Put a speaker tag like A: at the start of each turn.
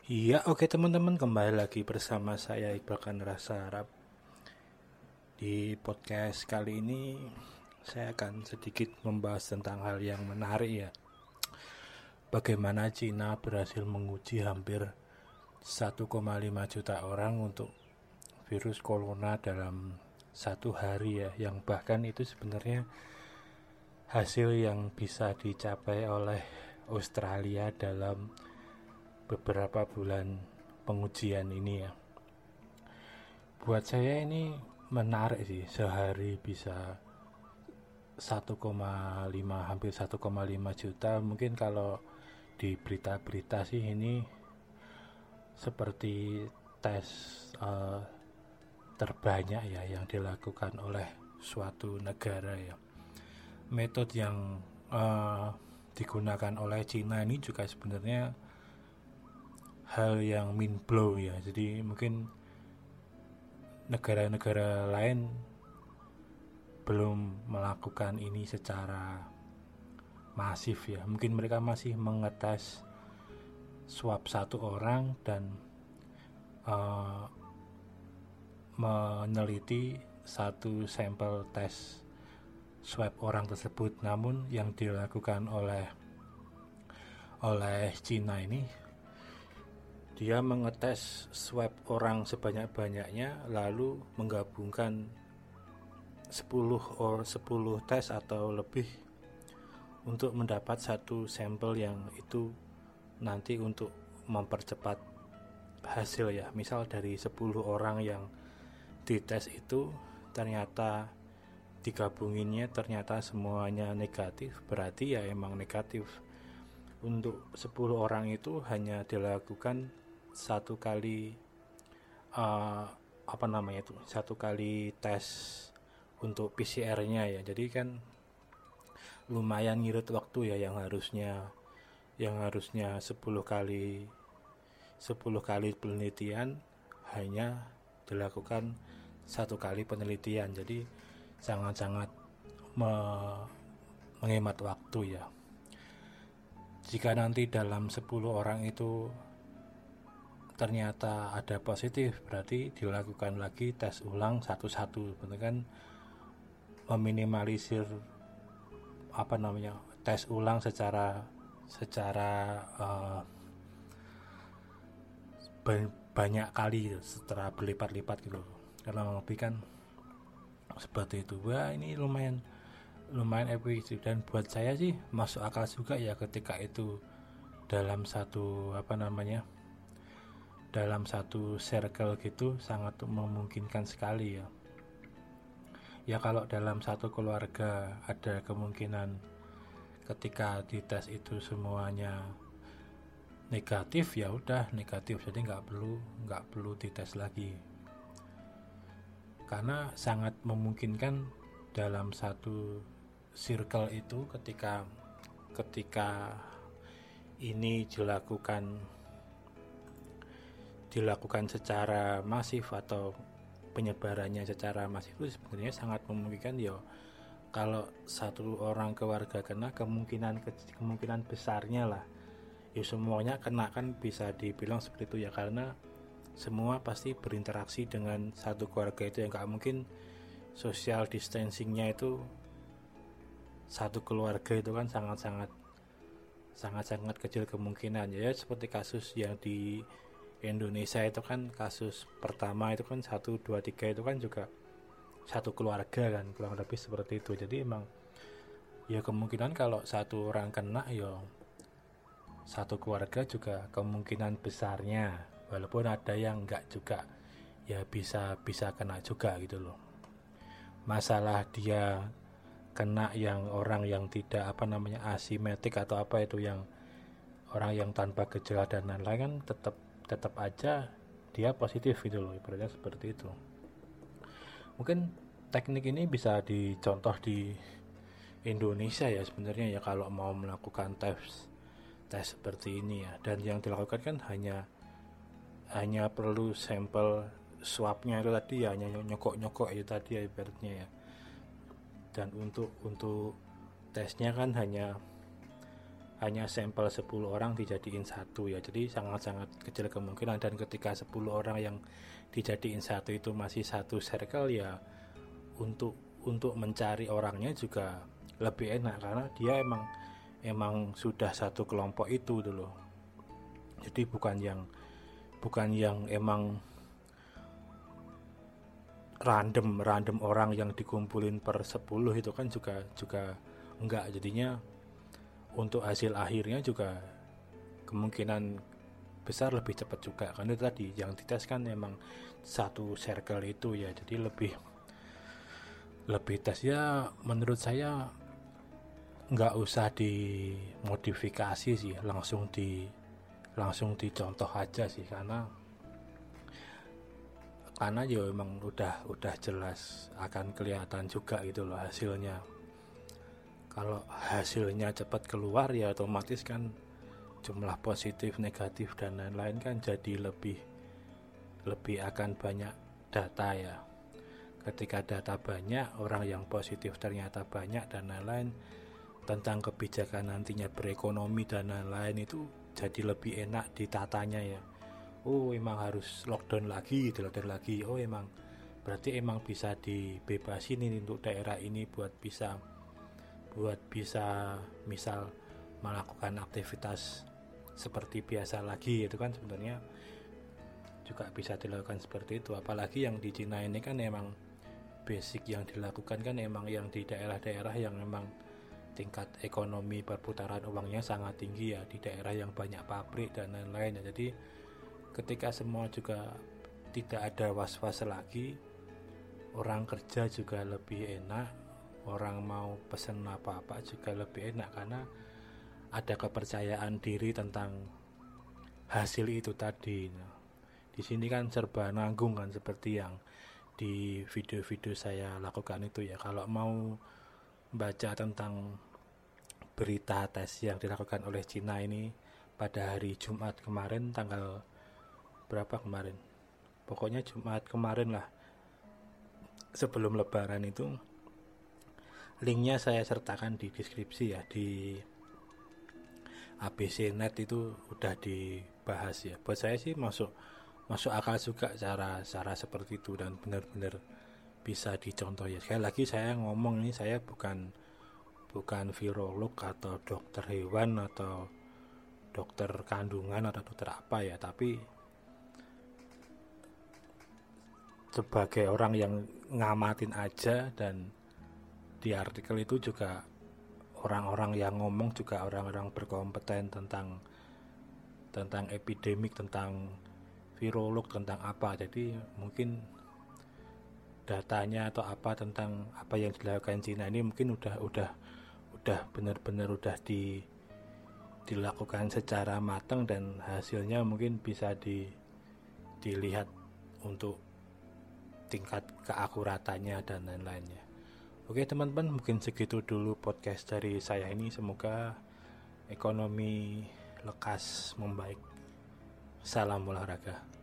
A: Iya, oke teman-teman, kembali lagi bersama saya Iqbal Rasa Arab. Di podcast kali ini saya akan sedikit membahas tentang hal yang menarik ya. Bagaimana Cina berhasil menguji hampir 1,5 juta orang untuk virus corona dalam satu hari ya, yang bahkan itu sebenarnya hasil yang bisa dicapai oleh Australia dalam beberapa bulan pengujian ini ya. Buat saya ini menarik sih, sehari bisa 1,5 hampir 1,5 juta. Mungkin kalau di berita-berita sih ini seperti tes uh, terbanyak ya yang dilakukan oleh suatu negara ya. Metode yang digunakan oleh Cina ini juga sebenarnya hal yang mind blow ya. Jadi mungkin negara-negara lain belum melakukan ini secara masif ya. Mungkin mereka masih mengetes swab satu orang dan meneliti satu sampel tes swab orang tersebut. Namun yang dilakukan oleh Cina ini, dia mengetes swab orang sebanyak-banyaknya lalu menggabungkan 10 tes atau lebih untuk mendapat satu sampel yang itu nanti untuk mempercepat hasil ya. Misal dari 10 orang yang dites itu ternyata digabunginnya ternyata semuanya negatif, berarti ya emang negatif. Untuk 10 orang itu hanya dilakukan satu kali satu kali tes untuk PCR-nya ya. Jadi kan lumayan ngirit waktu ya, yang harusnya 10 kali penelitian hanya dilakukan satu kali penelitian. Jadi sangat-sangat menghemat waktu ya. Jika nanti dalam 10 orang itu ternyata ada positif, berarti dilakukan lagi tes ulang satu-satu. Betul kan, meminimalisir tes ulang secara banyak kali setelah berlipat-lipat gitu. Karena lebih kan seperti itu. Wah, ini lumayan efisien, dan buat saya sih masuk akal juga ya ketika itu dalam satu circle gitu sangat memungkinkan sekali ya. Ya kalau dalam satu keluarga ada kemungkinan ketika dites itu semuanya negatif, ya udah negatif, jadi nggak perlu dites lagi. Karena sangat memungkinkan dalam satu circle itu ketika ini dilakukan secara masif atau penyebarannya secara masif, itu sebenarnya sangat memungkinkan ya. Kalau satu orang keluarga kena, kemungkinan besarnya lah ya semuanya kena, kan bisa dibilang seperti itu ya. Karena semua pasti berinteraksi dengan satu keluarga itu, yang gak mungkin social distancingnya itu satu keluarga itu kan sangat kecil kemungkinan ya. Seperti kasus yang di Indonesia itu kan, kasus pertama itu kan 1, 2, 3 itu kan juga satu keluarga kan, kurang lebih seperti itu. Jadi emang ya kemungkinan kalau satu orang kena ya satu keluarga juga kemungkinan besarnya, walaupun ada yang enggak juga ya bisa kena juga gitu loh. Masalah dia kena yang orang yang tidak asimetik atau apa itu, yang orang yang tanpa gejala dan lain-lain, kan tetap aja dia positif gitu loh, ibaratnya seperti itu. Mungkin teknik ini bisa dicontoh di Indonesia ya sebenarnya ya, kalau mau melakukan tes seperti ini ya. Dan yang dilakukan kan hanya perlu sampel swabnya itu tadi ya, hanya nyokok itu tadi ya ibaratnya ya. Dan untuk tesnya kan hanya sampel 10 orang dijadiin satu ya, jadi sangat-sangat kecil kemungkinan. Dan ketika 10 orang yang dijadiin satu itu masih satu circle ya, untuk mencari orangnya juga lebih enak karena dia emang sudah satu kelompok itu dulu. Jadi bukan yang emang random orang yang dikumpulin per 10 itu kan juga enggak. Jadinya untuk hasil akhirnya juga kemungkinan besar lebih cepat juga, karena tadi yang dites kan emang satu circle itu ya, jadi lebih tes ya. Menurut saya nggak usah dimodifikasi sih, langsung dicontoh aja sih, karena ya emang udah jelas akan kelihatan juga gitu loh hasilnya. Kalau hasilnya cepat keluar ya otomatis kan jumlah positif, negatif dan lain-lain kan jadi lebih akan banyak data ya. Ketika data banyak, orang yang positif ternyata banyak dan lain-lain, tentang kebijakan nantinya berekonomi dan lain-lain itu jadi lebih enak ditatanya ya. Oh emang harus lockdown lagi. Oh emang berarti emang bisa dibebasin ini untuk daerah ini buat bisa misal melakukan aktivitas seperti biasa lagi. Itu kan sebenarnya juga bisa dilakukan seperti itu. Apalagi yang di Cina ini kan emang basic yang dilakukan kan emang yang di daerah-daerah yang memang tingkat ekonomi perputaran uangnya sangat tinggi ya, di daerah yang banyak pabrik dan lain-lain ya. Jadi ketika semua juga tidak ada was-was lagi, orang kerja juga lebih enak, orang mau pesen apa-apa juga lebih enak karena ada kepercayaan diri tentang hasil itu tadi. Nah, di sini kan serba nanggung kan, seperti yang di video-video saya lakukan itu ya. Kalau mau baca tentang berita tes yang dilakukan oleh Cina ini pada hari Jumat kemarin, tanggal berapa kemarin, pokoknya Jumat kemarin lah, sebelum lebaran itu, linknya saya sertakan di deskripsi ya, di ABC Net itu udah dibahas ya. Buat saya sih masuk akal juga cara seperti itu dan benar-benar bisa dicontoh ya. Sekali lagi saya ngomong ini, saya bukan virolog atau dokter hewan atau dokter kandungan atau dokter apa ya, tapi sebagai orang yang ngamatin aja. Dan di artikel itu juga orang-orang yang ngomong juga orang-orang berkompeten tentang epidemik, tentang virolog, tentang apa. Jadi mungkin datanya atau apa tentang apa yang dilakukan Cina ini mungkin udah benar-benar udah dilakukan secara matang dan hasilnya mungkin bisa dilihat untuk tingkat keakuratannya dan lain-lainnya. Oke teman-teman, mungkin segitu dulu podcast dari saya ini. Semoga ekonomi lekas membaik. Salam olahraga.